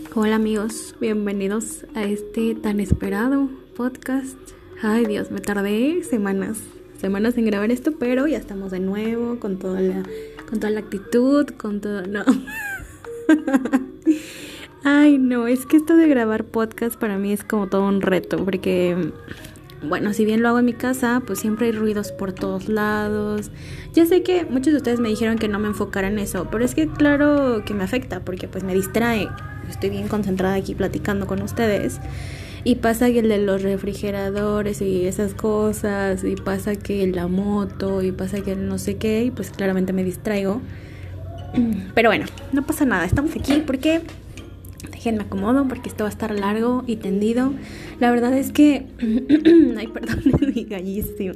Hola amigos, bienvenidos a este tan esperado podcast. Ay Dios, me tardé semanas en grabar esto, pero ya estamos de nuevo con toda la actitud, con todo, no. Ay no, es que esto de grabar podcast para mí es como todo un reto, porque bueno, si bien lo hago en mi casa, pues siempre hay ruidos por todos lados. Ya sé que muchos de ustedes me dijeron que no me enfocara en eso, pero es que claro que me afecta porque pues me distrae. Estoy bien concentrada aquí platicando con ustedes y pasa que el de los refrigeradores y esas cosas, y pasa que la moto, y pasa que el no sé qué, y pues claramente me distraigo. Pero bueno, no pasa nada, estamos aquí porque... Déjenme acomodo porque esto va a estar largo y tendido. La verdad es que... Ay, perdón, es mi gallísimo.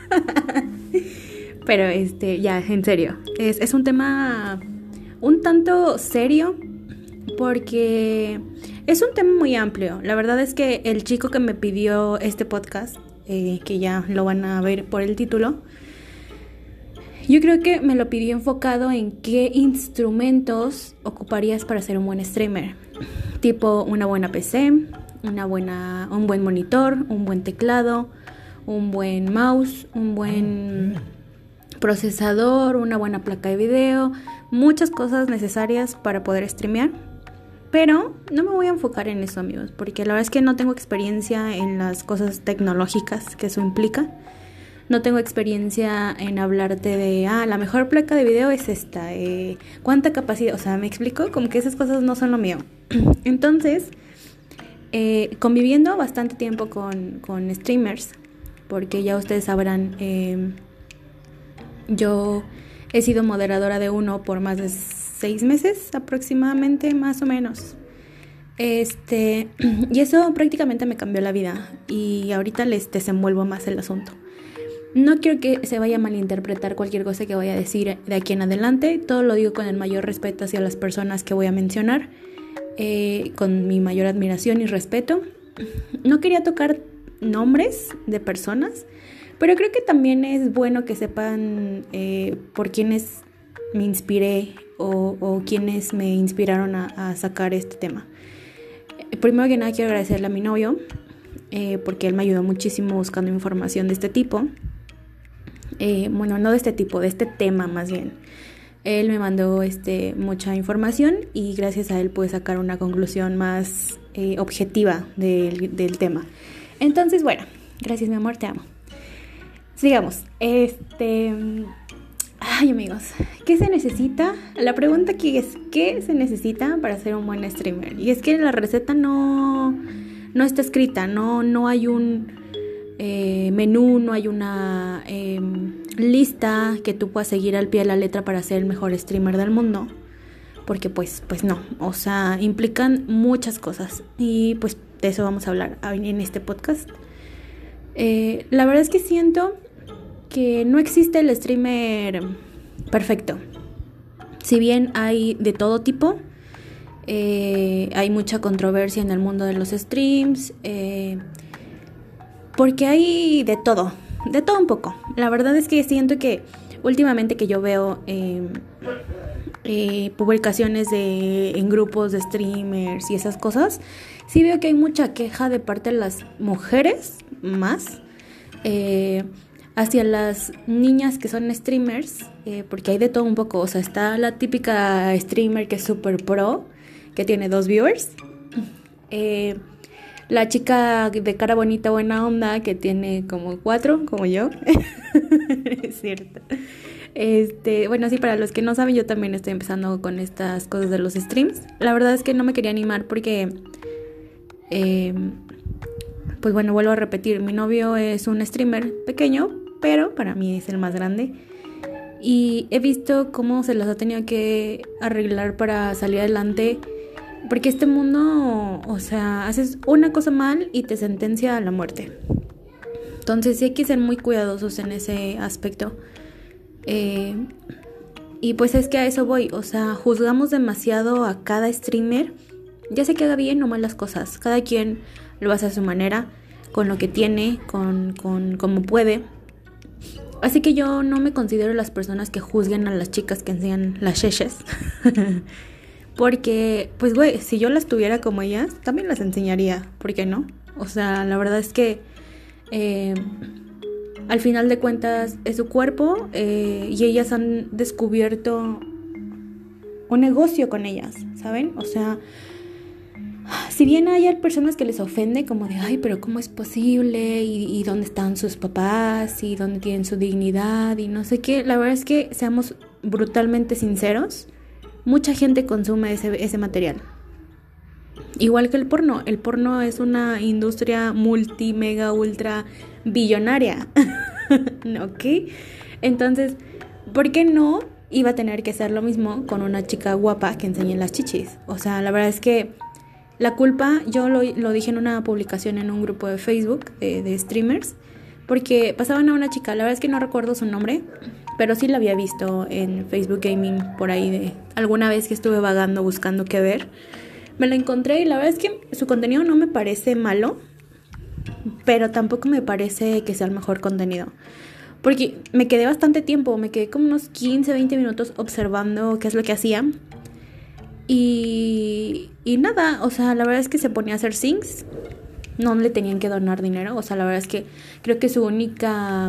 Pero ya, en serio. Es un tema un tanto serio porque es un tema muy amplio. La verdad es que el chico que me pidió este podcast, que ya lo van a ver por el título, yo creo que me lo pidió enfocado en qué instrumentos ocuparías para ser un buen streamer. Tipo una buena PC, un buen monitor, un buen teclado, un buen mouse, un buen procesador, una buena placa de video, muchas cosas necesarias para poder streamear. Pero no me voy a enfocar en eso, amigos, porque la verdad es que no tengo experiencia en las cosas tecnológicas que eso implica. No tengo experiencia en hablarte de, la mejor placa de video es esta, cuánta capacidad, o sea, ¿me explico? Como que esas cosas no son lo mío. Entonces, conviviendo bastante tiempo con streamers, porque ya ustedes sabrán, yo he sido moderadora de uno por más de 6 meses aproximadamente, más o menos. Y eso prácticamente me cambió la vida y ahorita les desenvuelvo más el asunto. No quiero que se vaya a malinterpretar cualquier cosa que vaya a decir de aquí en adelante. Todo lo digo con el mayor respeto hacia las personas que voy a mencionar, con mi mayor admiración y respeto. No quería tocar nombres de personas, pero creo que también es bueno que sepan por quiénes me inspiré o quiénes me inspiraron a sacar este tema. Primero que nada quiero agradecerle a mi novio, porque él me ayudó muchísimo buscando información de este tipo. Bueno, no de este tipo, de este tema más bien. Él me mandó mucha información y gracias a él pude sacar una conclusión más objetiva del tema. Entonces, bueno, gracias mi amor, te amo. Sigamos. Ay amigos, ¿qué se necesita? La pregunta aquí es, ¿qué se necesita para ser un buen streamer? Y es que la receta no está escrita, no hay un menú, no hay una lista que tú puedas seguir al pie de la letra para ser el mejor streamer del mundo, porque pues no, o sea, implican muchas cosas y pues de eso vamos a hablar en este podcast. La verdad es que siento que no existe el streamer perfecto. Si bien hay de todo tipo, hay mucha controversia en el mundo de los streams, porque hay de todo un poco. La verdad es que siento que últimamente que yo veo publicaciones en grupos de streamers y esas cosas, sí veo que hay mucha queja de parte de las mujeres más hacia las niñas que son streamers, porque hay de todo un poco. O sea, está la típica streamer que es super pro, que tiene 2 viewers, la chica de cara bonita, buena onda, que tiene como 4, como yo. Es cierto. Bueno, sí, para los que no saben, yo también estoy empezando con estas cosas de los streams. La verdad es que no me quería animar porque, pues bueno, vuelvo a repetir, mi novio es un streamer pequeño, pero para mí es el más grande. Y he visto cómo se las ha tenido que arreglar para salir adelante. Porque este mundo, o sea, haces una cosa mal y te sentencia a la muerte. Entonces sí hay que ser muy cuidadosos en ese aspecto. Y pues es que a eso voy. O sea, juzgamos demasiado a cada streamer. Ya sé que haga bien o mal las cosas. Cada quien lo hace a su manera, con lo que tiene, con como puede. Así que yo no me considero las personas que juzguen a las chicas que enseñan las sheshes. Porque, pues, güey, si yo las tuviera como ellas, también las enseñaría. ¿Por qué no? O sea, la verdad es que al final de cuentas es su cuerpo y ellas han descubierto un negocio con ellas, ¿saben? O sea, si bien hay personas que les ofende como de, ay, pero ¿cómo es posible? ¿Y dónde están sus papás? ¿Y dónde tienen su dignidad? Y no sé qué. La verdad es que, seamos brutalmente sinceros, mucha gente consume ese material. Igual que el porno es una industria multi, mega, ultra billonaria, ¿ok? Entonces, ¿por qué no iba a tener que hacer lo mismo con una chica guapa que enseñe las chichis? O sea, la verdad es que la culpa, yo lo dije en una publicación en un grupo de Facebook de streamers, porque pasaban a una chica, la verdad es que no recuerdo su nombre, pero sí la había visto en Facebook Gaming por ahí de alguna vez que estuve vagando buscando qué ver. Me la encontré y la verdad es que su contenido no me parece malo, pero tampoco me parece que sea el mejor contenido. Porque me quedé bastante tiempo, me quedé como unos 15, 20 minutos observando qué es lo que hacía. Y nada, o sea, la verdad es que se ponía a hacer sings. No le tenían que donar dinero. O sea, la verdad es que creo que su única...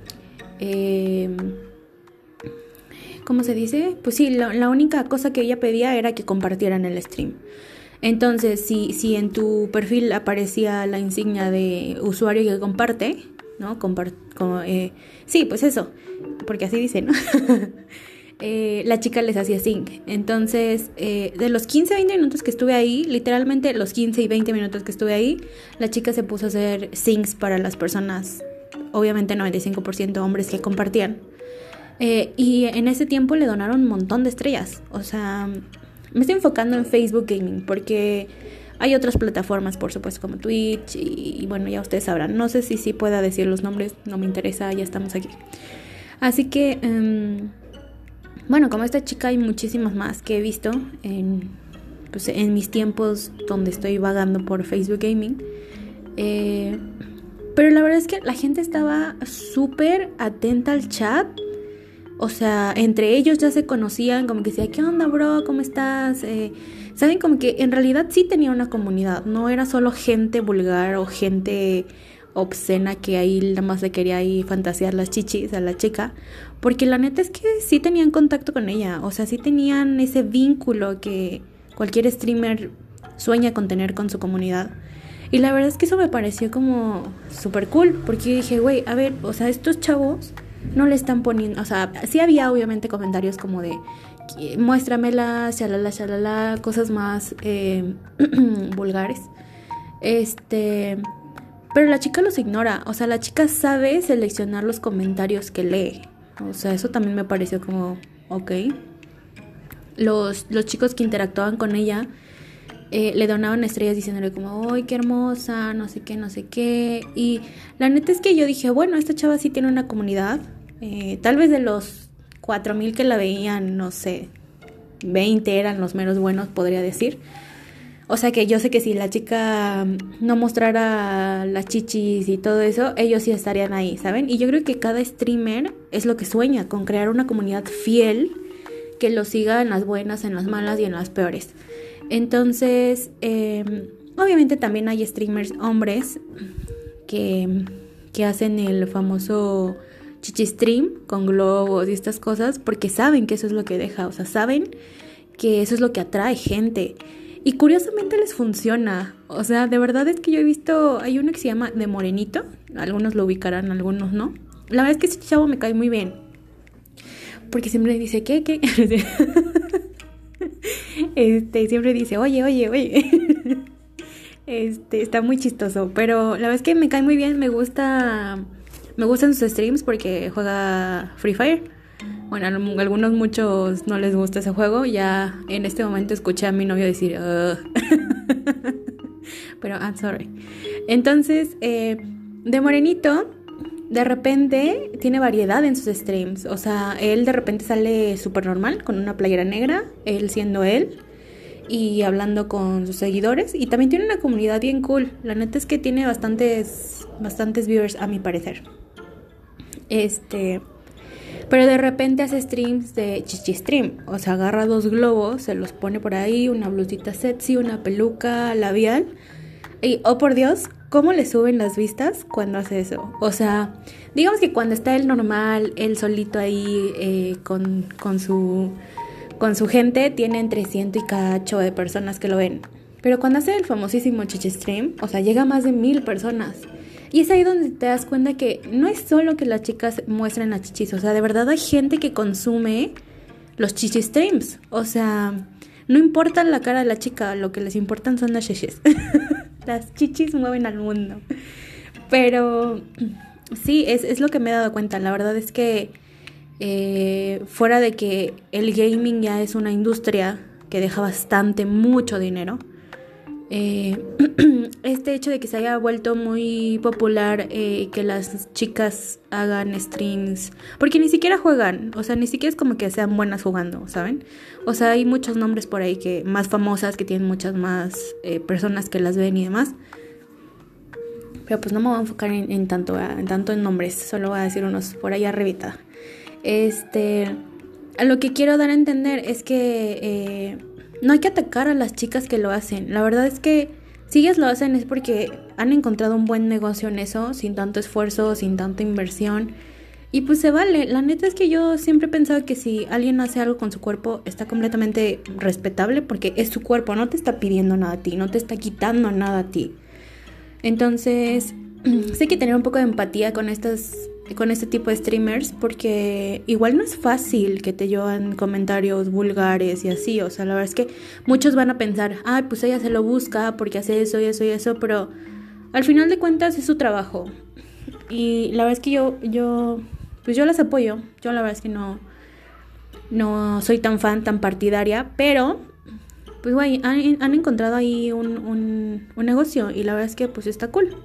¿cómo se dice? Pues sí, la única cosa que ella pedía era que compartieran el stream. Entonces, si en tu perfil aparecía la insignia de usuario que comparte, ¿no? Sí, pues eso, porque así dice, ¿no? La chica les hacía sync. Entonces, de los 15, 20 minutos que estuve ahí, literalmente los 15 y 20 minutos que estuve ahí, la chica se puso a hacer syncs para las personas, obviamente 95% hombres que compartían. Y en ese tiempo le donaron un montón de estrellas. O sea, me estoy enfocando en Facebook Gaming porque hay otras plataformas, por supuesto, como Twitch y bueno, ya ustedes sabrán. No sé si sí pueda decir los nombres, no me interesa, ya estamos aquí. Así que, bueno, como esta chica hay muchísimas más que he visto en mis tiempos donde estoy vagando por Facebook Gaming. Pero la verdad es que la gente estaba súper atenta al chat. O sea, entre ellos ya se conocían, como que decía, ¿qué onda, bro? ¿Cómo estás? Saben, como que en realidad sí tenía una comunidad. No era solo gente vulgar o gente obscena que ahí nada más le quería ahí fantasear las chichis a la chica. Porque la neta es que sí tenían contacto con ella. O sea, sí tenían ese vínculo que cualquier streamer sueña con tener con su comunidad. Y la verdad es que eso me pareció como súper cool. Porque yo dije, güey, a ver, o sea, estos chavos no le están poniendo, o sea, sí había obviamente comentarios como de muéstramela, shalala, shalala, cosas más vulgares. Pero la chica los ignora, o sea, la chica sabe seleccionar los comentarios que lee. O sea, eso también me pareció como, ok. Los chicos que interactuaban con ella le donaban estrellas diciéndole como, ¡ay, qué hermosa! No sé qué, no sé qué. Y la neta es que yo dije, bueno, esta chava sí tiene una comunidad. Tal vez de los 4,000 que la veían, no sé, 20 eran los menos buenos, podría decir. O sea que yo sé que si la chica no mostrara las chichis y todo eso, ellos sí estarían ahí, ¿saben? Y yo creo que cada streamer es lo que sueña, con crear una comunidad fiel que lo siga en las buenas, en las malas y en las peores. Entonces, obviamente también hay streamers hombres que hacen el famoso chichi stream con globos y estas cosas porque saben que eso es lo que deja, o sea, saben que eso es lo que atrae gente. Y curiosamente les funciona. O sea, de verdad es que yo he visto... Hay uno que se llama De Morenito. Algunos lo ubicarán, algunos no. La verdad es que ese chavo me cae muy bien. Porque siempre dice, ¿qué? Siempre dice, oye. Está muy chistoso. Pero la verdad es que me cae muy bien. Me gustan sus streams porque juega Free Fire. Bueno, a algunos muchos no les gusta ese juego. Ya en este momento escuché a mi novio decir pero I'm sorry. Entonces, De Morenito de repente tiene variedad en sus streams. O sea, él de repente sale súper normal con una playera negra, él siendo él y hablando con sus seguidores. Y también tiene una comunidad bien cool. La neta es que tiene bastantes viewers a mi parecer. Pero de repente hace streams de chichi stream. O sea, agarra 2 globos, se los pone por ahí, una blusita sexy, una peluca labial. Y, oh por Dios, ¿cómo le suben las vistas cuando hace eso? O sea, digamos que cuando está el normal, él solito ahí con su gente, tiene entre 100 y cacho de personas que lo ven. Pero cuando hace el famosísimo chichi stream, o sea, llega a más de 1000 personas. Y es ahí donde te das cuenta que no es solo que las chicas muestren las chichis, o sea, de verdad hay gente que consume los chichi streams. O sea, no importa la cara de la chica, lo que les importan son las chichis. Las chichis mueven al mundo. Pero sí, es lo que me he dado cuenta. La verdad es que fuera de que el gaming ya es una industria que deja mucho dinero, este hecho de que se haya vuelto muy popular que las chicas hagan streams, porque ni siquiera juegan, o sea, ni siquiera es como que sean buenas jugando, ¿saben? O sea, hay muchos nombres por ahí que más famosas, que tienen muchas más personas que las ven y demás. Pero pues no me voy a enfocar en tanto en nombres, solo voy a decir unos por ahí arribita. A lo que quiero dar a entender es que no hay que atacar a las chicas que lo hacen. La verdad es que si ellas lo hacen es porque han encontrado un buen negocio en eso, sin tanto esfuerzo, sin tanta inversión. Y pues se vale. La neta es que yo siempre he pensado que si alguien hace algo con su cuerpo está completamente respetable porque es su cuerpo, no te está pidiendo nada a ti, no te está quitando nada a ti. Entonces, sí hay que tener un poco de empatía con este tipo de streamers porque igual no es fácil que te llevan comentarios vulgares y así. O sea, la verdad es que muchos van a pensar, ay, pues ella se lo busca porque hace eso y eso y eso, pero al final de cuentas es su trabajo. Y la verdad es que yo las apoyo. Yo la verdad es que no soy tan fan, tan partidaria, pero pues güey, han encontrado ahí un negocio y la verdad es que pues está cool.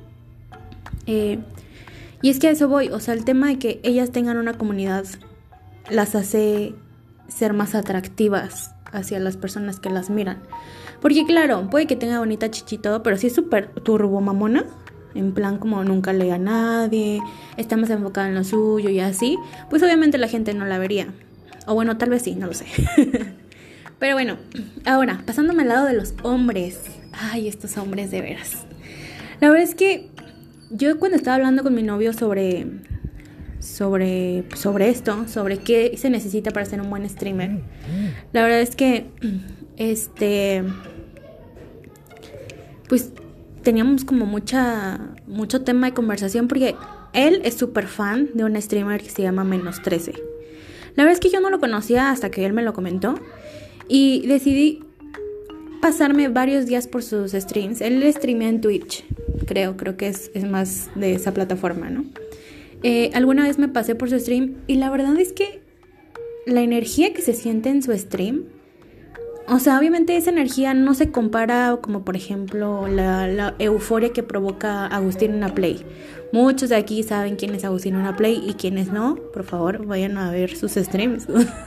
Y es que a eso voy, o sea, el tema de que ellas tengan una comunidad las hace ser más atractivas hacia las personas que las miran. Porque claro, puede que tenga bonita chichi y todo, pero si es súper turbo mamona, en plan como nunca lee a nadie, está más enfocada en lo suyo y así, pues obviamente la gente no la vería. O bueno, tal vez sí, no lo sé. Pero bueno, ahora, pasándome al lado de los hombres. Ay, estos hombres de veras. La verdad es que yo cuando estaba hablando con mi novio sobre esto, sobre qué se necesita para ser un buen streamer, la verdad es que pues teníamos como mucho tema de conversación porque él es súper fan de un streamer que se llama -13. La verdad es que yo no lo conocía hasta que él me lo comentó y decidí pasarme varios días por sus streams. Él streamea en Twitch, creo que es más de esa plataforma, ¿no? Alguna vez me pasé por su stream y la verdad es que la energía que se siente en su stream, o sea, obviamente esa energía no se compara como por ejemplo la euforia que provoca Agustín Play. Muchos de aquí saben quién es Agustín Play y quiénes no, por favor vayan a ver sus streams.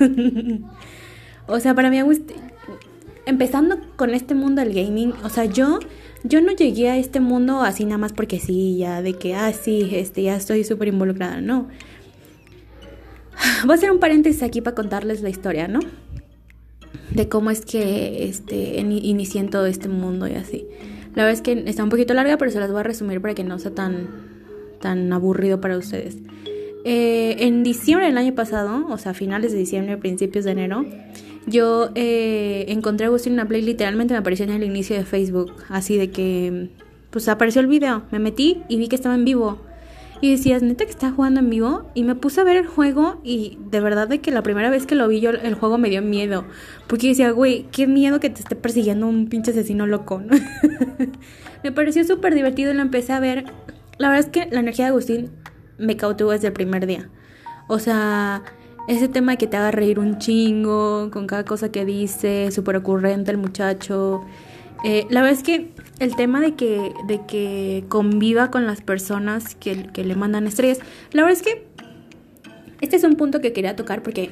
O sea, para mí empezando con este mundo del gaming, o sea, yo no llegué a este mundo así nada más porque sí, ya de que, sí, ya estoy súper involucrada, no. Voy a hacer un paréntesis aquí para contarles la historia, ¿no? De cómo es que inicié en todo este mundo y así. La verdad es que está un poquito larga, pero se las voy a resumir para que no sea tan aburrido para ustedes. En diciembre del año pasado, o sea, finales de diciembre, principios de enero, yo encontré a Agustín Play, literalmente me apareció en el inicio de Facebook, así de que, pues apareció el video, me metí y vi que estaba en vivo. Y decías, ¿neta que está jugando en vivo? Y me puse a ver el juego y de verdad de que la primera vez que lo vi yo, el juego me dio miedo. Porque decía, güey, qué miedo que te esté persiguiendo un pinche asesino loco, ¿no? Me pareció súper divertido y lo empecé a ver. La verdad es que la energía de Agustín me cautivó desde el primer día. O sea, ese tema de que te haga reír un chingo con cada cosa que dice, súper ocurrente el muchacho. La verdad es que el tema de que conviva con las personas que le mandan estrellas, la verdad es que este es un punto que quería tocar porque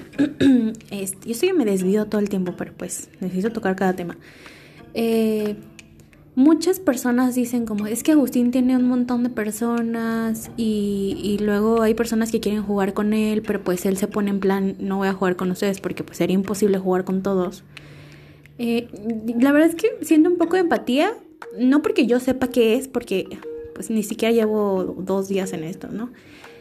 yo sé que me desvío todo el tiempo, pero pues necesito tocar cada tema. muchas personas dicen como, es que Agustín tiene un montón de personas y luego hay personas que quieren jugar con él, pero pues él se pone en plan, no voy a jugar con ustedes porque pues sería imposible jugar con todos. La verdad es que siento un poco de empatía, no porque yo sepa qué es, porque pues ni siquiera llevo 2 días en esto, ¿no?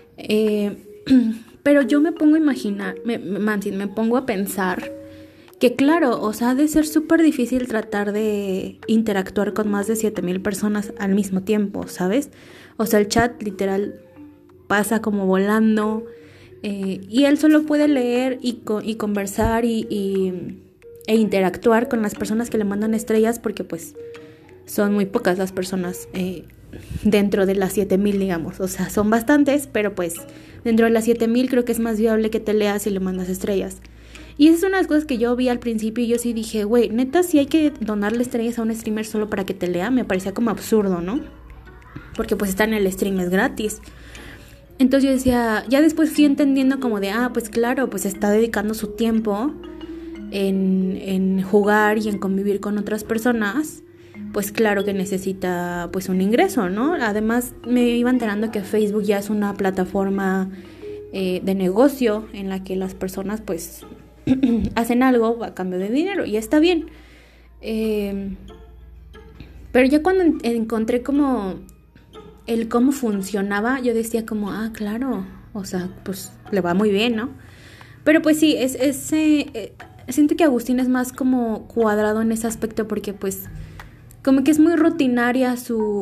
Pero yo me pongo a imaginar, me pongo a pensar que claro, o sea, ha de ser súper difícil tratar de interactuar con más de 7,000 personas al mismo tiempo, ¿sabes? O sea, el chat literal pasa como volando y él solo puede leer y conversar e interactuar con las personas que le mandan estrellas porque pues son muy pocas las personas dentro de las 7,000, digamos. O sea, son bastantes, pero pues dentro de las 7,000 creo que es más viable que te leas y le mandas estrellas. Y esa es una de las cosas que yo vi al principio y yo sí dije, güey, neta, si hay que donarle estrellas a un streamer solo para que te lea, me parecía como absurdo, ¿no? Porque pues está en el stream, es gratis. Entonces yo decía, ya después fui entendiendo como de, pues claro, pues está dedicando su tiempo en jugar y en convivir con otras personas, pues claro que necesita pues un ingreso, ¿no? Además me iba enterando que Facebook ya es una plataforma de negocio en la que las personas pues hacen algo a cambio de dinero y está bien. Pero ya cuando encontré como el cómo funcionaba, yo decía como, claro, o sea, pues le va muy bien, ¿no? Pero pues sí, siento que Agustín es más como cuadrado en ese aspecto porque pues como que es muy rutinaria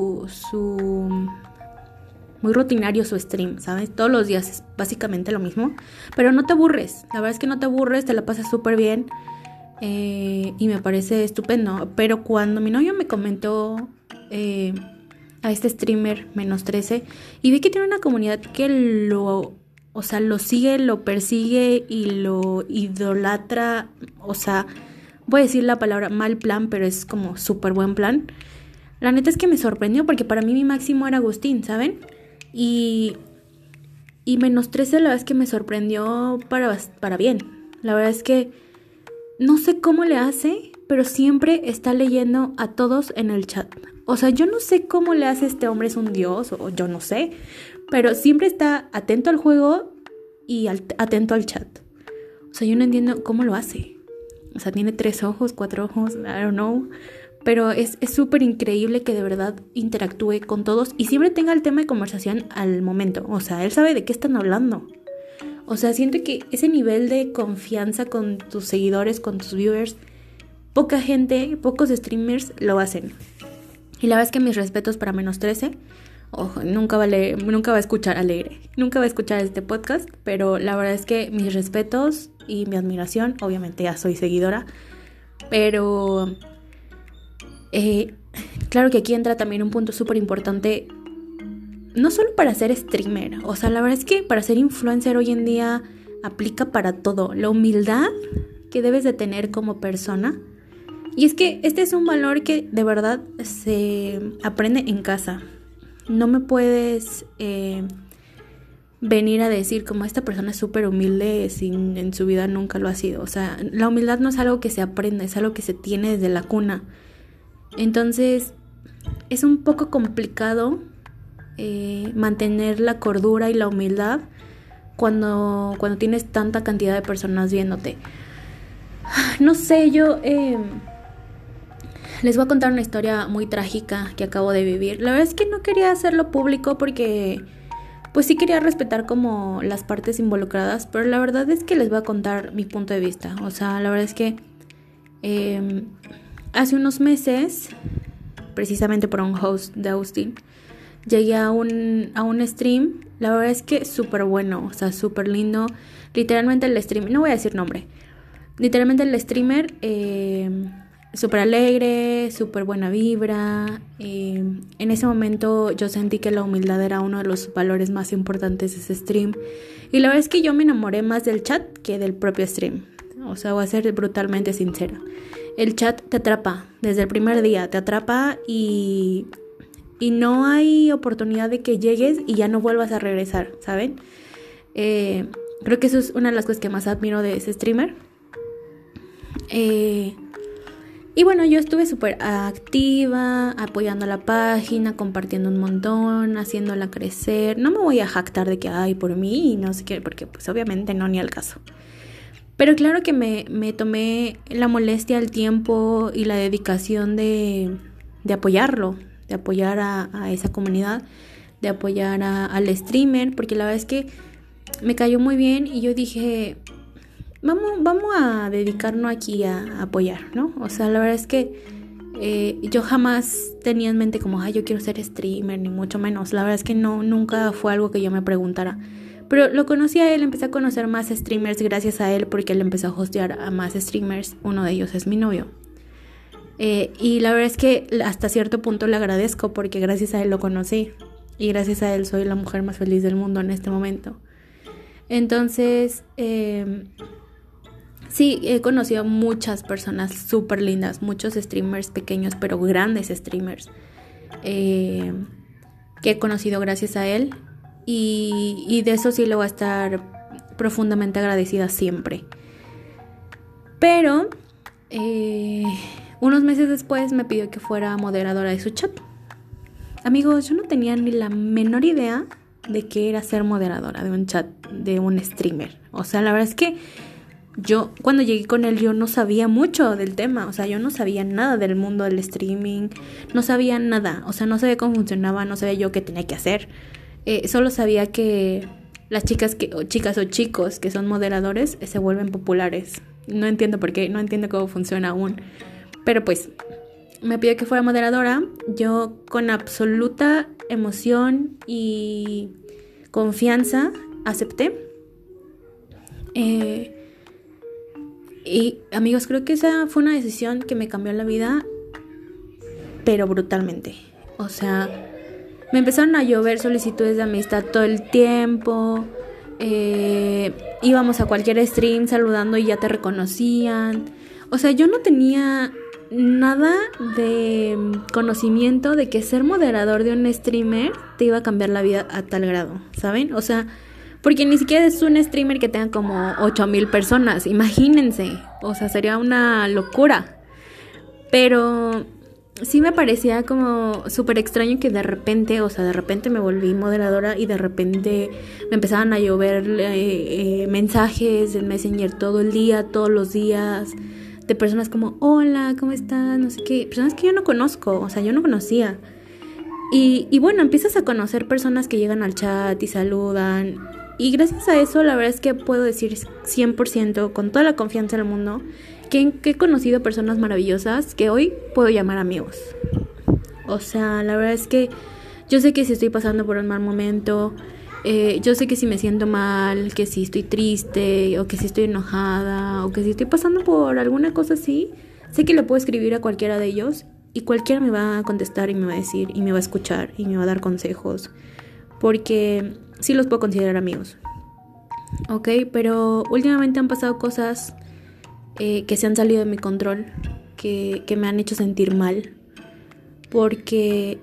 muy rutinario su stream, ¿sabes? Todos los días es básicamente lo mismo, pero no te aburres, la verdad es que no te aburres, te la pasas súper bien y me parece estupendo. Pero cuando mi novio me comentó a este streamer -13 y vi que tiene una comunidad que lo sigue, lo persigue y lo idolatra, o sea, voy a decir la palabra mal plan, pero es como súper buen plan. La neta es que me sorprendió porque para mí mi máximo era Agustín, ¿saben? Y -13 la verdad es que me sorprendió para bien. La verdad es que no sé cómo le hace, pero siempre está leyendo a todos en el chat. O sea, yo no sé cómo le hace este hombre, es un dios, o yo no sé, pero siempre está atento al juego y atento al chat. O sea, yo no entiendo cómo lo hace. O sea, tiene 3 ojos, 4 ojos, I don't know. Pero es súper increíble que de verdad interactúe con todos y siempre tenga el tema de conversación al momento. O sea, él sabe de qué están hablando. O sea, siento que ese nivel de confianza con tus seguidores, con tus viewers, poca gente, pocos streamers lo hacen. Y la verdad es que mis respetos para -13. Ojo, nunca va a escuchar Alegre, nunca va a escuchar este podcast, pero la verdad es que mis respetos y mi admiración, obviamente ya soy seguidora, pero claro que aquí entra también un punto súper importante, no solo para ser streamer, o sea, la verdad es que para ser influencer hoy en día aplica para todo, la humildad que debes de tener como persona. Y es que este es un valor que de verdad se aprende en casa. No me puedes venir a decir como esta persona es súper humilde si en su vida nunca lo ha sido. O sea, la humildad no es algo que se aprende, es algo que se tiene desde la cuna. Entonces, es un poco complicado mantener la cordura y la humildad cuando tienes tanta cantidad de personas viéndote. No sé, yo les voy a contar una historia muy trágica que acabo de vivir. La verdad es que no quería hacerlo público porque pues sí quería respetar como las partes involucradas, pero la verdad es que les voy a contar mi punto de vista. O sea, la verdad es que hace unos meses, precisamente por un host de Agustín, llegué a un stream. La verdad es que súper bueno, o sea, súper lindo. Literalmente el stream, no voy a decir nombre, literalmente el streamer súper alegre, súper buena vibra. En ese momento yo sentí que la humildad era uno de los valores más importantes de ese stream. Y la verdad es que yo me enamoré más del chat que del propio stream. O sea, voy a ser brutalmente sincera. El chat te atrapa, desde el primer día te atrapa y no hay oportunidad de que llegues y ya no vuelvas a regresar, ¿saben? Creo que eso es una de las cosas que más admiro de ese streamer. Y bueno, yo estuve súper activa, apoyando la página, compartiendo un montón, haciéndola crecer. No me voy a jactar de que, ay, por mí, y no sé qué, porque pues obviamente no, ni al caso. Pero claro que me tomé la molestia, el tiempo y la dedicación de apoyarlo, de apoyar a esa comunidad, de apoyar al streamer, porque la verdad es que me cayó muy bien y yo dije, vamos a dedicarnos aquí a apoyar, ¿no? O sea, la verdad es que yo jamás tenía en mente como, ay, yo quiero ser streamer, ni mucho menos. La verdad es que no, nunca fue algo que yo me preguntara. Pero lo conocí a él, empecé a conocer más streamers gracias a él, porque él empezó a hostear a más streamers. Uno de ellos es mi novio. Y la verdad es que hasta cierto punto le agradezco, porque gracias a él lo conocí. Y gracias a él soy la mujer más feliz del mundo en este momento. Entonces, sí, he conocido muchas personas súper lindas, muchos streamers pequeños, pero grandes streamers, que he conocido gracias a él. Y de eso sí le voy a estar profundamente agradecida siempre. Pero unos meses después me pidió que fuera moderadora de su chat. Amigos, yo no tenía ni la menor idea de qué era ser moderadora de un chat de un streamer. O sea, la verdad es que yo cuando llegué con él yo no sabía mucho del tema. O sea, yo no sabía nada del mundo del streaming. No sabía nada. O sea, no sabía cómo funcionaba, no sabía yo qué tenía que hacer. Solo sabía que las chicas o chicos que son moderadores se vuelven populares. No entiendo por qué, no entiendo cómo funciona aún. Pero pues me pidió que fuera moderadora. Yo con absoluta emoción y confianza acepté. Y amigos, creo que esa fue una decisión que me cambió la vida, pero brutalmente. O sea, me empezaron a llover solicitudes de amistad todo el tiempo. Íbamos a cualquier stream saludando y ya te reconocían. O sea, yo no tenía nada de conocimiento de que ser moderador de un streamer te iba a cambiar la vida a tal grado, ¿saben? O sea, porque ni siquiera es un streamer que tenga como 8,000 personas, imagínense. O sea, sería una locura. Pero sí me parecía como súper extraño que de repente me volví moderadora y de repente me empezaban a llover mensajes en Messenger todo el día, todos los días, de personas como, hola, ¿cómo estás? No sé qué, personas que yo no conozco, o sea, yo no conocía. Y bueno, empiezas a conocer personas que llegan al chat y saludan. Y gracias a eso, la verdad es que puedo decir 100%, con toda la confianza del mundo, que he conocido personas maravillosas que hoy puedo llamar amigos. O sea, la verdad es que yo sé que si estoy pasando por un mal momento, yo sé que si me siento mal, que si estoy triste, o que si estoy enojada, o que si estoy pasando por alguna cosa así, sé que le puedo escribir a cualquiera de ellos y cualquiera me va a contestar y me va a decir, y me va a escuchar, y me va a dar consejos, porque sí los puedo considerar amigos. Ok, pero últimamente han pasado cosas que se han salido de mi control, que me han hecho sentir mal, porque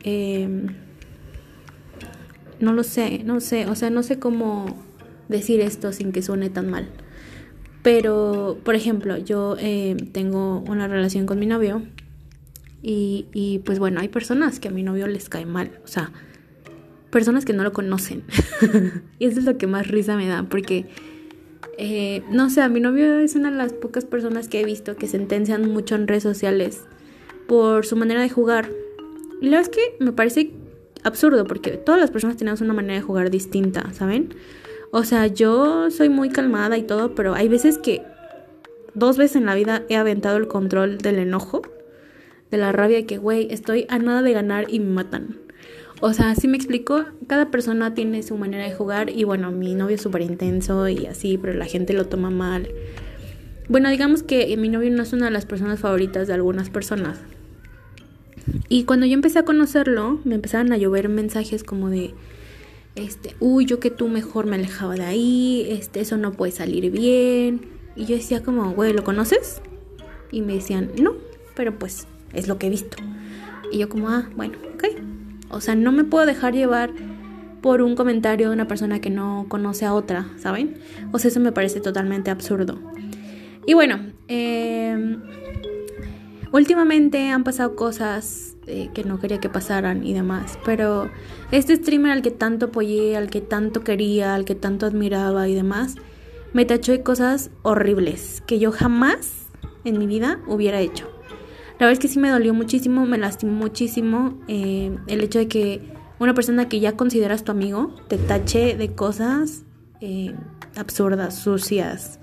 no sé, o sea, no sé cómo decir esto sin que suene tan mal. Pero, por ejemplo, yo tengo una relación con mi novio y pues bueno, hay personas que a mi novio les cae mal, o sea, personas que no lo conocen. Y eso es lo que más risa me da, porque no sé, a mi novio es una de las pocas personas que he visto que sentencian mucho en redes sociales por su manera de jugar. Y la verdad es que me parece absurdo, porque todas las personas tenemos una manera de jugar distinta, ¿saben? O sea, yo soy muy calmada y todo, pero hay veces que 2 veces en la vida he aventado el control del enojo, de la rabia, que güey, estoy a nada de ganar y me matan. O sea, ¿sí me explico? Cada persona tiene su manera de jugar y bueno, mi novio es súper intenso y así, pero la gente lo toma mal. Bueno, digamos que mi novio no es una de las personas favoritas de algunas personas. Y cuando yo empecé a conocerlo, me empezaron a llover mensajes como de, uy, yo que tú mejor me alejaba de ahí, eso no puede salir bien. Y yo decía como, güey, ¿lo conoces? Y me decían, no, pero pues es lo que he visto. Y yo como, bueno, ok. O sea, no me puedo dejar llevar por un comentario de una persona que no conoce a otra, ¿saben? O sea, eso me parece totalmente absurdo. Y bueno, últimamente han pasado cosas que no quería que pasaran y demás, pero este streamer al que tanto apoyé, al que tanto quería, al que tanto admiraba y demás, me tachó de cosas horribles que yo jamás en mi vida hubiera hecho. La verdad es que sí me dolió muchísimo, me lastimó muchísimo el hecho de que una persona que ya consideras tu amigo te tache de cosas absurdas, sucias,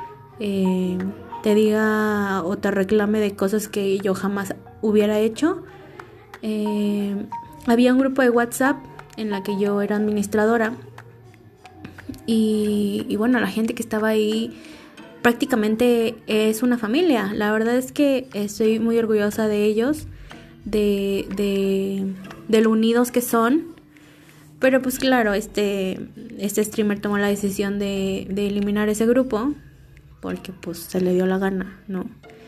te diga o te reclame de cosas que yo jamás hubiera hecho. Había un grupo de WhatsApp en la que yo era administradora y bueno, la gente que estaba ahí prácticamente es una familia. La verdad es que estoy muy orgullosa de ellos, de lo unidos que son. Pero pues claro, este streamer tomó la decisión de eliminar ese grupo porque pues se le dio la gana, ¿no?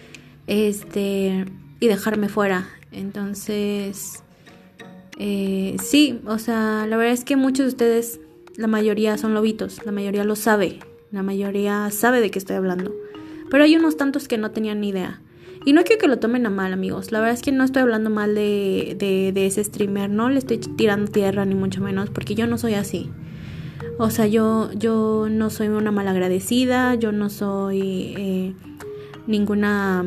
Y dejarme fuera. Entonces, sí, o sea, la verdad es que muchos de ustedes, la mayoría son lobitos, la mayoría lo sabe, la mayoría sabe de qué estoy hablando. Pero hay unos tantos que no tenían ni idea. Y no quiero que lo tomen a mal, amigos. La verdad es que no estoy hablando mal de ese streamer. No le estoy tirando tierra, ni mucho menos, porque yo no soy así. O sea, yo no soy una malagradecida. Yo no soy ninguna...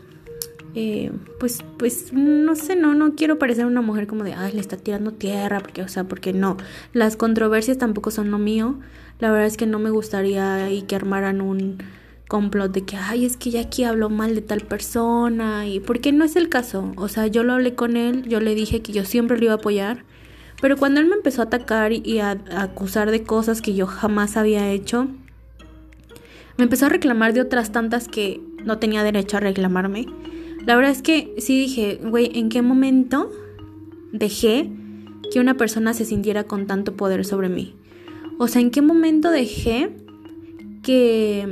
pues no sé, no quiero parecer una mujer como de, ay, le está tirando tierra, porque no. Las controversias tampoco son lo mío. La verdad es que no me gustaría ahí que armaran un complot de que, ay, es que Jackie habló mal de tal persona, y porque no es el caso. O sea, yo lo hablé con él, yo le dije que yo siempre lo iba a apoyar, pero cuando él me empezó a atacar y a acusar de cosas que yo jamás había hecho, me empezó a reclamar de otras tantas que no tenía derecho a reclamarme. La verdad es que sí dije, güey, ¿en qué momento dejé que una persona se sintiera con tanto poder sobre mí? O sea, ¿en qué momento dejé que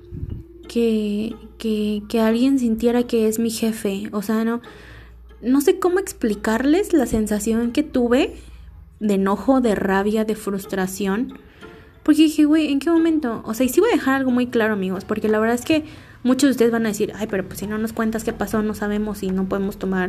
alguien sintiera que es mi jefe? O sea, no sé cómo explicarles la sensación que tuve de enojo, de rabia, de frustración. Porque dije, güey, ¿en qué momento? O sea, y sí voy a dejar algo muy claro, amigos, porque la verdad es que muchos de ustedes van a decir, ay, pero pues si no nos cuentas qué pasó, no sabemos y no podemos tomar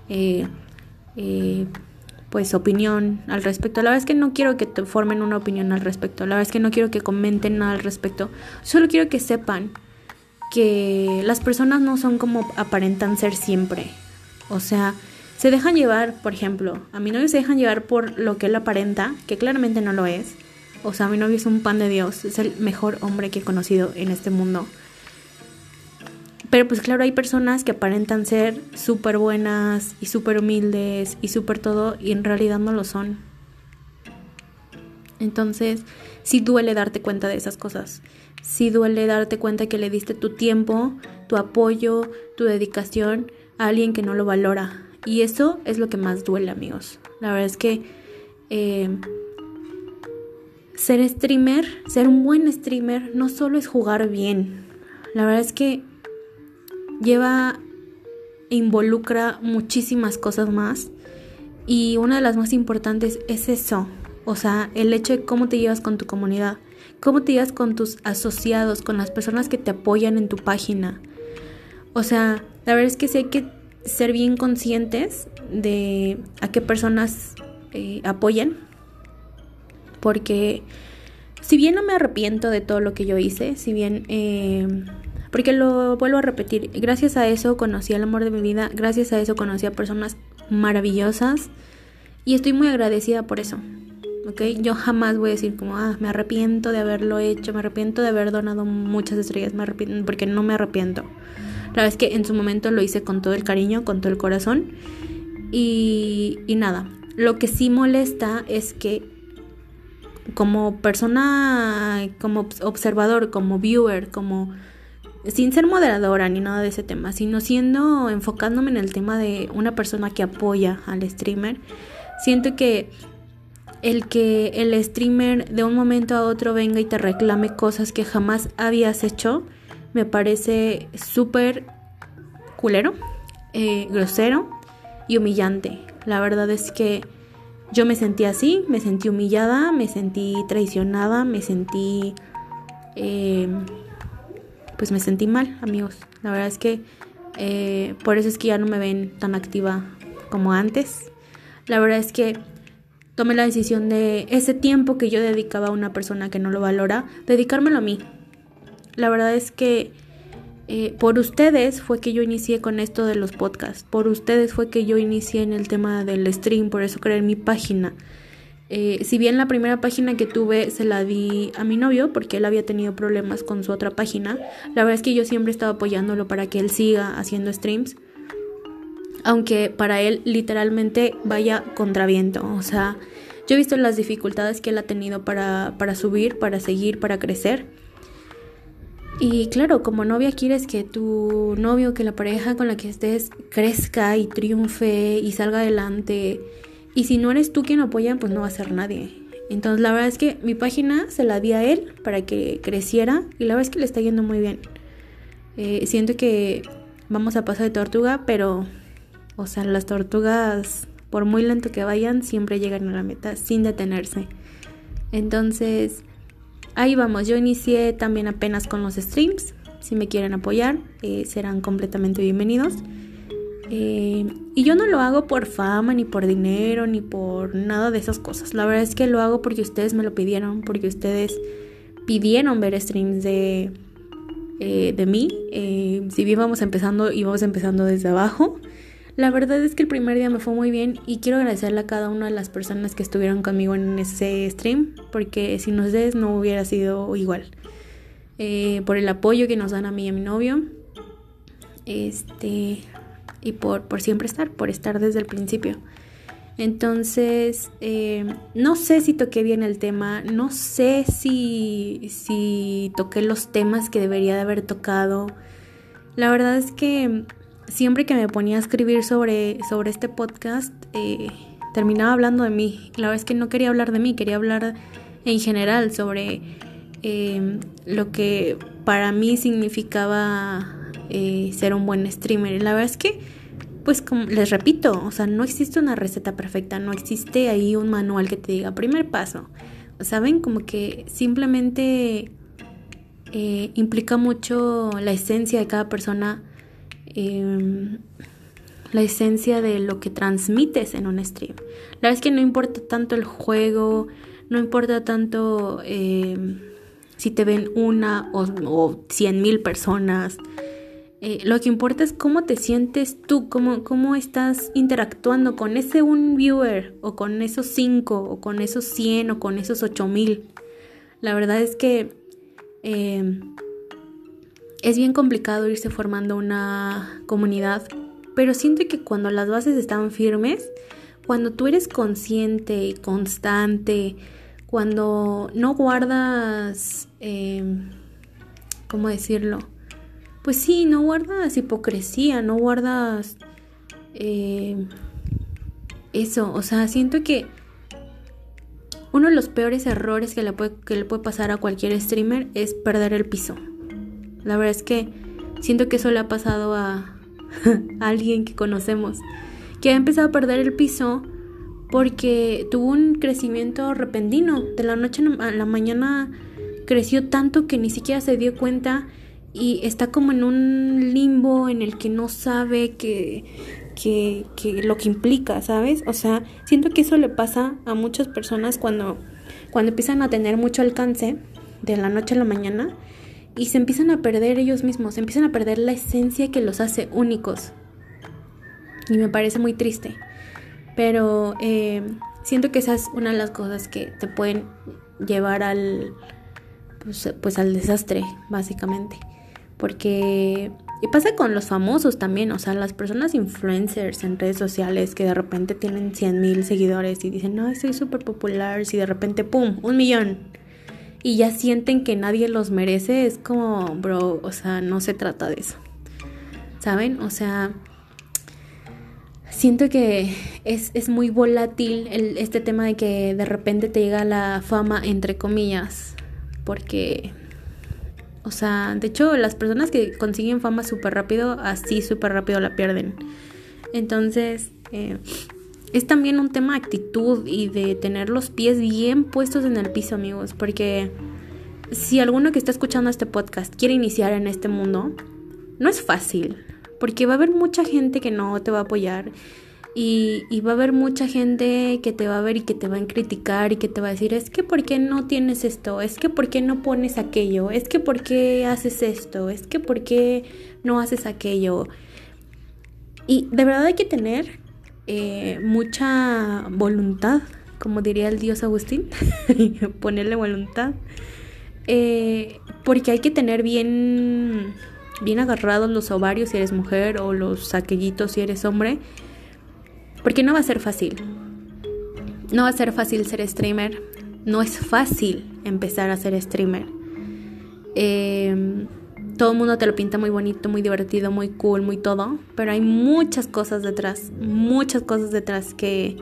pues opinión al respecto. La verdad es que no quiero que te formen una opinión al respecto. La verdad es que no quiero que comenten nada al respecto. Solo quiero que sepan que las personas no son como aparentan ser siempre. O sea, se dejan llevar, por ejemplo, a mi novio se dejan llevar por lo que él aparenta, que claramente no lo es. O sea, mi novio es un pan de Dios, es el mejor hombre que he conocido en este mundo. Pero pues claro, hay personas que aparentan ser súper buenas y súper humildes y súper todo, y en realidad no lo son. Entonces, sí duele darte cuenta de esas cosas. Sí duele darte cuenta que le diste tu tiempo, tu apoyo, tu dedicación a alguien que no lo valora. Y eso es lo que más duele, amigos. La verdad es que ser streamer, ser un buen streamer, no solo es jugar bien. La verdad es que involucra muchísimas cosas más. Y una de las más importantes es eso. O sea, el hecho de cómo te llevas con tu comunidad, cómo te llevas con tus asociados, con las personas que te apoyan en tu página. O sea, la verdad es que sí hay que ser bien conscientes de a qué personas apoyan. Porque si bien no me arrepiento de todo lo que yo hice, si bien... porque lo vuelvo a repetir, gracias a eso conocí al amor de mi vida, gracias a eso conocí a personas maravillosas y estoy muy agradecida por eso. ¿Okay? Yo jamás voy a decir como, me arrepiento de haberlo hecho, me arrepiento de haber donado muchas estrellas, me arrepiento, porque no me arrepiento. La verdad es que en su momento lo hice con todo el cariño, con todo el corazón y nada. Lo que sí molesta es que como persona, como observador, como viewer, como sin ser moderadora ni nada de ese tema, sino enfocándome en el tema de una persona que apoya al streamer, siento que el streamer de un momento a otro venga y te reclame cosas que jamás habías hecho, me parece súper culero, grosero y humillante. La verdad es que yo me sentí así, me sentí humillada, me sentí traicionada, me sentí... pues me sentí mal, amigos. La verdad es que Por eso es que ya no me ven tan activa como antes. La verdad es que tomé la decisión de ese tiempo que yo dedicaba a una persona que no lo valora, dedicármelo a mí. La verdad es que por ustedes fue que yo inicié con esto de los podcasts. Por ustedes fue que yo inicié en el tema del stream. Por eso creé mi página. Si bien la primera página que tuve se la di a mi novio porque él había tenido problemas con su otra página, la verdad es que yo siempre estaba apoyándolo para que él siga haciendo streams, aunque para él literalmente vaya contra viento. O sea, yo he visto las dificultades que él ha tenido para subir, para seguir, para crecer. Y claro, como novia quieres que tu novio, que la pareja con la que estés crezca y triunfe y salga adelante. Y si no eres tú quien lo apoya, pues no va a ser nadie. Entonces la verdad es que mi página se la di a él para que creciera. Y la verdad es que le está yendo muy bien. Siento que vamos a paso de tortuga, pero, o sea, las tortugas, por muy lento que vayan, siempre llegan a la meta sin detenerse. Entonces, ahí vamos. Yo inicié también apenas con los streams. Si me quieren apoyar, serán completamente bienvenidos. Y yo no lo hago por fama, ni por dinero, ni por nada de esas cosas. La verdad es que lo hago porque ustedes me lo pidieron, porque ustedes pidieron ver streams de mí. Si bien íbamos empezando desde abajo. La verdad es que el primer día me fue muy bien y quiero agradecerle a cada una de las personas que estuvieron conmigo en ese stream, porque sin ustedes no hubiera sido igual. Por el apoyo que nos dan a mí y a mi novio. Y por siempre por estar desde el principio. Entonces, no sé si toqué bien el tema, no sé si toqué los temas que debería de haber tocado. La verdad es que siempre que me ponía a escribir sobre este podcast, terminaba hablando de mí. La verdad es que no quería hablar de mí, quería hablar en general sobre lo que para mí significaba ser un buen streamer. La verdad es que, pues como les repito, o sea, no existe una receta perfecta, no existe ahí un manual que te diga primer paso. ¿Saben? Como que simplemente implica mucho la esencia de cada persona, la esencia de lo que transmites en un stream. La verdad es que no importa tanto el juego, no importa tanto si te ven una o 100,000 personas. Lo que importa es cómo te sientes tú, cómo estás interactuando con ese un viewer, o con esos 5, o con esos 100, o con esos 8,000. La verdad es que es bien complicado irse formando una comunidad, pero siento que cuando las bases están firmes, cuando tú eres consciente y constante, cuando no guardas, ¿cómo decirlo? Pues sí, no guardas hipocresía, no guardas eso. O sea, siento que uno de los peores errores que le puede pasar a cualquier streamer es perder el piso. La verdad es que siento que eso le ha pasado a alguien que conocemos, que ha empezado a perder el piso porque tuvo un crecimiento repentino. De la noche a la mañana creció tanto que ni siquiera se dio cuenta y está como en un limbo en el que no sabe que lo que implica, ¿sabes? O sea, siento que eso le pasa a muchas personas cuando empiezan a tener mucho alcance de la noche a la mañana y se empiezan a perder ellos mismos, se empiezan a perder la esencia que los hace únicos. Y me parece muy triste. Pero siento que esa es una de las cosas que te pueden llevar al desastre, básicamente. Porque y pasa con los famosos también, o sea, las personas influencers en redes sociales que de repente tienen 100,000 seguidores y dicen, no, soy súper popular, y de repente, ¡pum!, 1,000,000. Y ya sienten que nadie los merece. Es como, bro, o sea, no se trata de eso, ¿saben? O sea, siento que es muy volátil este tema de que de repente te llega la fama, entre comillas, porque, o sea, de hecho, las personas que consiguen fama súper rápido, así súper rápido la pierden. Entonces, es también un tema de actitud y de tener los pies bien puestos en el piso, amigos, porque si alguno que está escuchando este podcast quiere iniciar en este mundo, no es fácil, porque va a haber mucha gente que no te va a apoyar y va a haber mucha gente que te va a ver y que te va a criticar y que te va a decir, es que ¿por qué no tienes esto? Es que ¿por qué no pones aquello? Es que ¿por qué haces esto? Es que ¿por qué no haces aquello? Y de verdad hay que tener mucha voluntad, como diría el dios Agustín, ponerle voluntad, porque hay que tener bien agarrados los ovarios si eres mujer o los aquellitos si eres hombre, porque no va a ser fácil. No va a ser fácil ser streamer. No es fácil empezar a ser streamer. Todo el mundo te lo pinta muy bonito, muy divertido, muy cool, muy todo. Pero hay muchas cosas detrás. Muchas cosas detrás que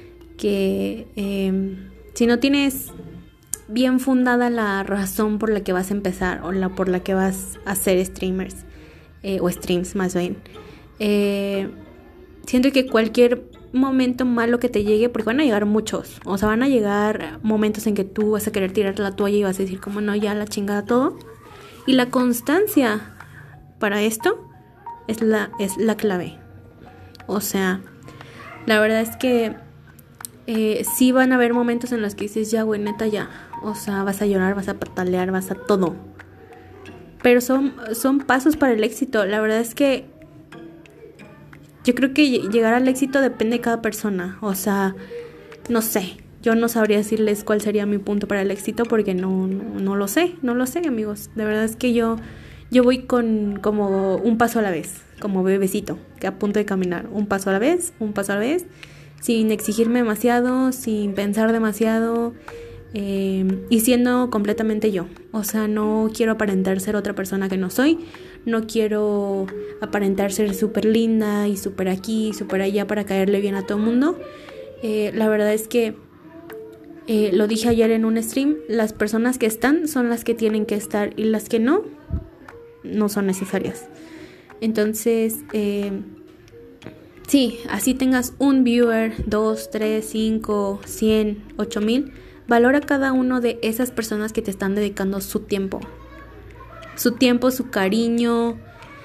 si no tienes bien fundada la razón por la que vas a empezar o por la que vas a ser streamers o streams más bien, siento que cualquier momento malo que te llegue, porque van a llegar muchos, o sea, van a llegar momentos en que tú vas a querer tirar la toalla y vas a decir como no, ya la chingada todo, y la constancia para esto es la clave. O sea, la verdad es que sí van a haber momentos en los que dices ya, güey, neta, ya, o sea, vas a llorar, vas a patalear, vas a todo, pero son pasos para el éxito. La verdad es que yo creo que llegar al éxito depende de cada persona. O sea, no sé, yo no sabría decirles cuál sería mi punto para el éxito porque no lo sé, amigos. De verdad es que yo voy con como un paso a la vez, como bebecito que a punto de caminar, un paso a la vez, sin exigirme demasiado, sin pensar demasiado, y siendo completamente yo. O sea, no quiero aparentar ser otra persona que no soy. No quiero aparentar ser súper linda y súper aquí, súper allá para caerle bien a todo el mundo. La verdad es que lo dije ayer en un stream, las personas que están son las que tienen que estar y las que no son necesarias. Entonces, sí, así tengas un viewer, 2, 3, 5, 100, 8,000, valora cada uno de esas personas que te están dedicando su tiempo, su cariño,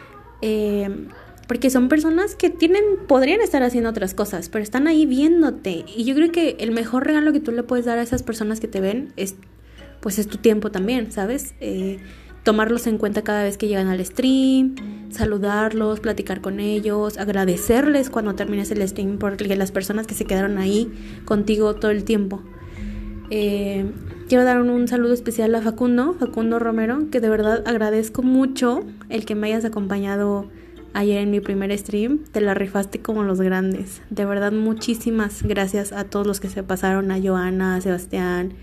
porque son personas que podrían estar haciendo otras cosas, pero están ahí viéndote. Y yo creo que el mejor regalo que tú le puedes dar a esas personas que te ven es tu tiempo también, ¿sabes? Tomarlos en cuenta cada vez que llegan al stream, saludarlos, platicar con ellos, agradecerles cuando termines el stream, porque las personas que se quedaron ahí contigo todo el tiempo. Quiero dar un saludo especial a Facundo Romero, que de verdad agradezco mucho el que me hayas acompañado ayer en mi primer stream. Te la rifaste como los grandes. De verdad, muchísimas gracias a todos los que se pasaron, a Joana, a Sebastián,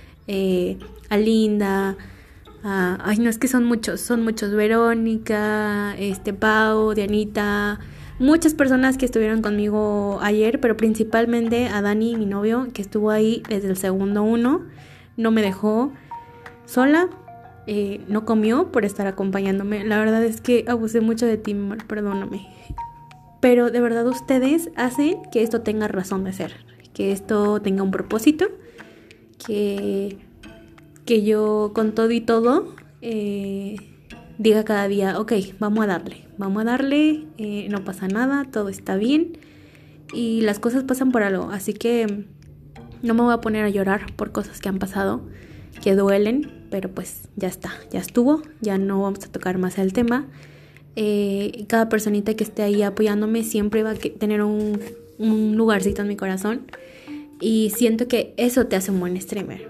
a Linda, ay no, es que son muchos, Verónica, Pau, Dianita, muchas personas que estuvieron conmigo ayer, pero principalmente a Dani, mi novio, que estuvo ahí desde el segundo 1, no me dejó sola, no comió por estar acompañándome. La verdad es que abusé mucho de ti, perdóname, pero de verdad ustedes hacen que esto tenga razón de ser, que esto tenga un propósito, que yo con todo y todo diga cada día, ok, vamos a darle, no pasa nada, todo está bien y las cosas pasan por algo, así que no me voy a poner a llorar por cosas que han pasado, que duelen, pero pues ya está, ya estuvo, ya no vamos a tocar más el tema. Cada personita que esté ahí apoyándome siempre va a tener un lugarcito en mi corazón, y siento que eso te hace un buen streamer,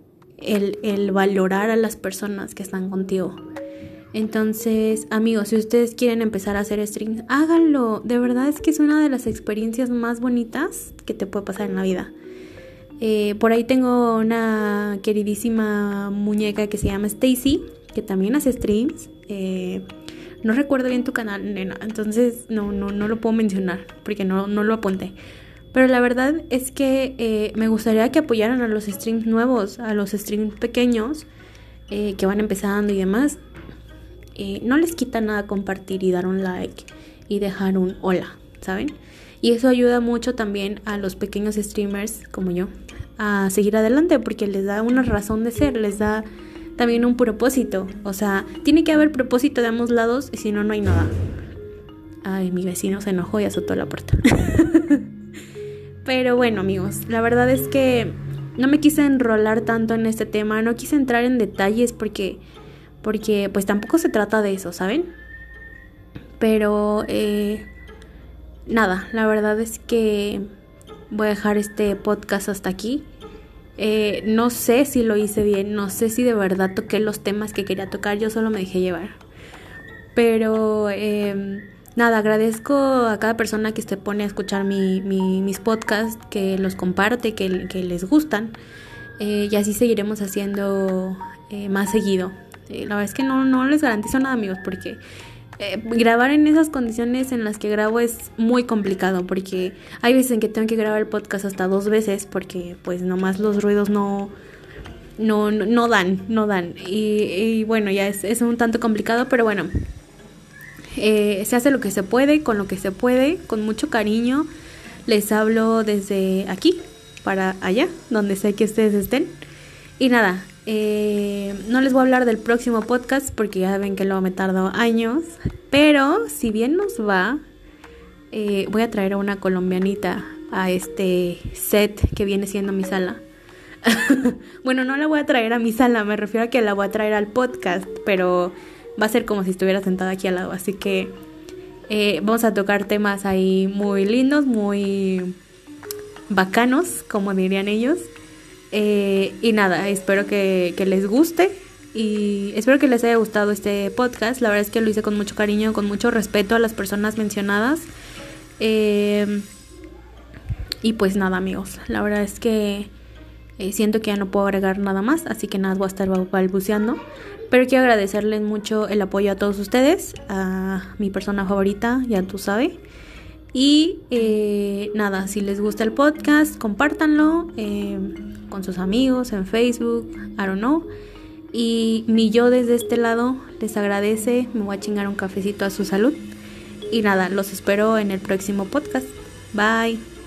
el valorar a las personas que están contigo. Entonces, amigos, si ustedes quieren empezar a hacer streams, háganlo. De verdad es que es una de las experiencias más bonitas que te puede pasar en la vida. Por ahí tengo una queridísima muñeca que se llama Stacy, que también hace streams. No recuerdo bien tu canal, nena, entonces no lo puedo mencionar porque no lo apunté. Pero la verdad es que me gustaría que apoyaran a los streams nuevos, a los streams pequeños que van empezando y demás. No les quita nada compartir y dar un like y dejar un hola, ¿saben? Y eso ayuda mucho también a los pequeños streamers como yo a seguir adelante, porque les da una razón de ser, les da también un propósito. O sea, tiene que haber propósito de ambos lados, y si no, no hay nada. Ay, mi vecino se enojó y azotó la puerta. Pero bueno, amigos, la verdad es que no me quise enrolar tanto en este tema, no quise entrar en detalles porque pues tampoco se trata de eso, ¿saben? Pero nada, la verdad es que voy a dejar este podcast hasta aquí. No sé si lo hice bien, no sé si de verdad toqué los temas que quería tocar, yo solo me dejé llevar. Pero nada, agradezco a cada persona que se pone a escuchar mis podcasts, que los comparte, que les gustan. Y así seguiremos haciendo más seguido. La verdad es que no les garantizo nada, amigos, porque grabar en esas condiciones en las que grabo es muy complicado, porque hay veces en que tengo que grabar el podcast hasta 2 veces porque pues nomás los ruidos no dan. Y bueno, ya es un tanto complicado, pero bueno, se hace lo que se puede, con lo que se puede, con mucho cariño. Les hablo desde aquí para allá, donde sé que ustedes estén. Y nada, no les voy a hablar del próximo podcast porque ya ven que luego me tardo años. Pero si bien nos va, voy a traer a una colombianita a este set que viene siendo mi sala. Bueno, no la voy a traer a mi sala, me refiero a que la voy a traer al podcast, pero va a ser como si estuviera sentada aquí al lado. Así que vamos a tocar temas ahí muy lindos, muy bacanos, como dirían ellos. Y nada, espero que les guste y espero que les haya gustado este podcast. La verdad es que lo hice con mucho cariño, con mucho respeto a las personas mencionadas. Y pues nada, amigos, la verdad es que siento que ya no puedo agregar nada más, así que nada, voy a estar balbuceando. Pero quiero agradecerles mucho el apoyo a todos ustedes, a mi persona favorita, ya tú sabes. Y nada, si les gusta el podcast, compártanlo con sus amigos en Facebook, I don't know. Y mi yo desde este lado les agradece, me voy a chingar un cafecito a su salud. Y nada, los espero en el próximo podcast. Bye.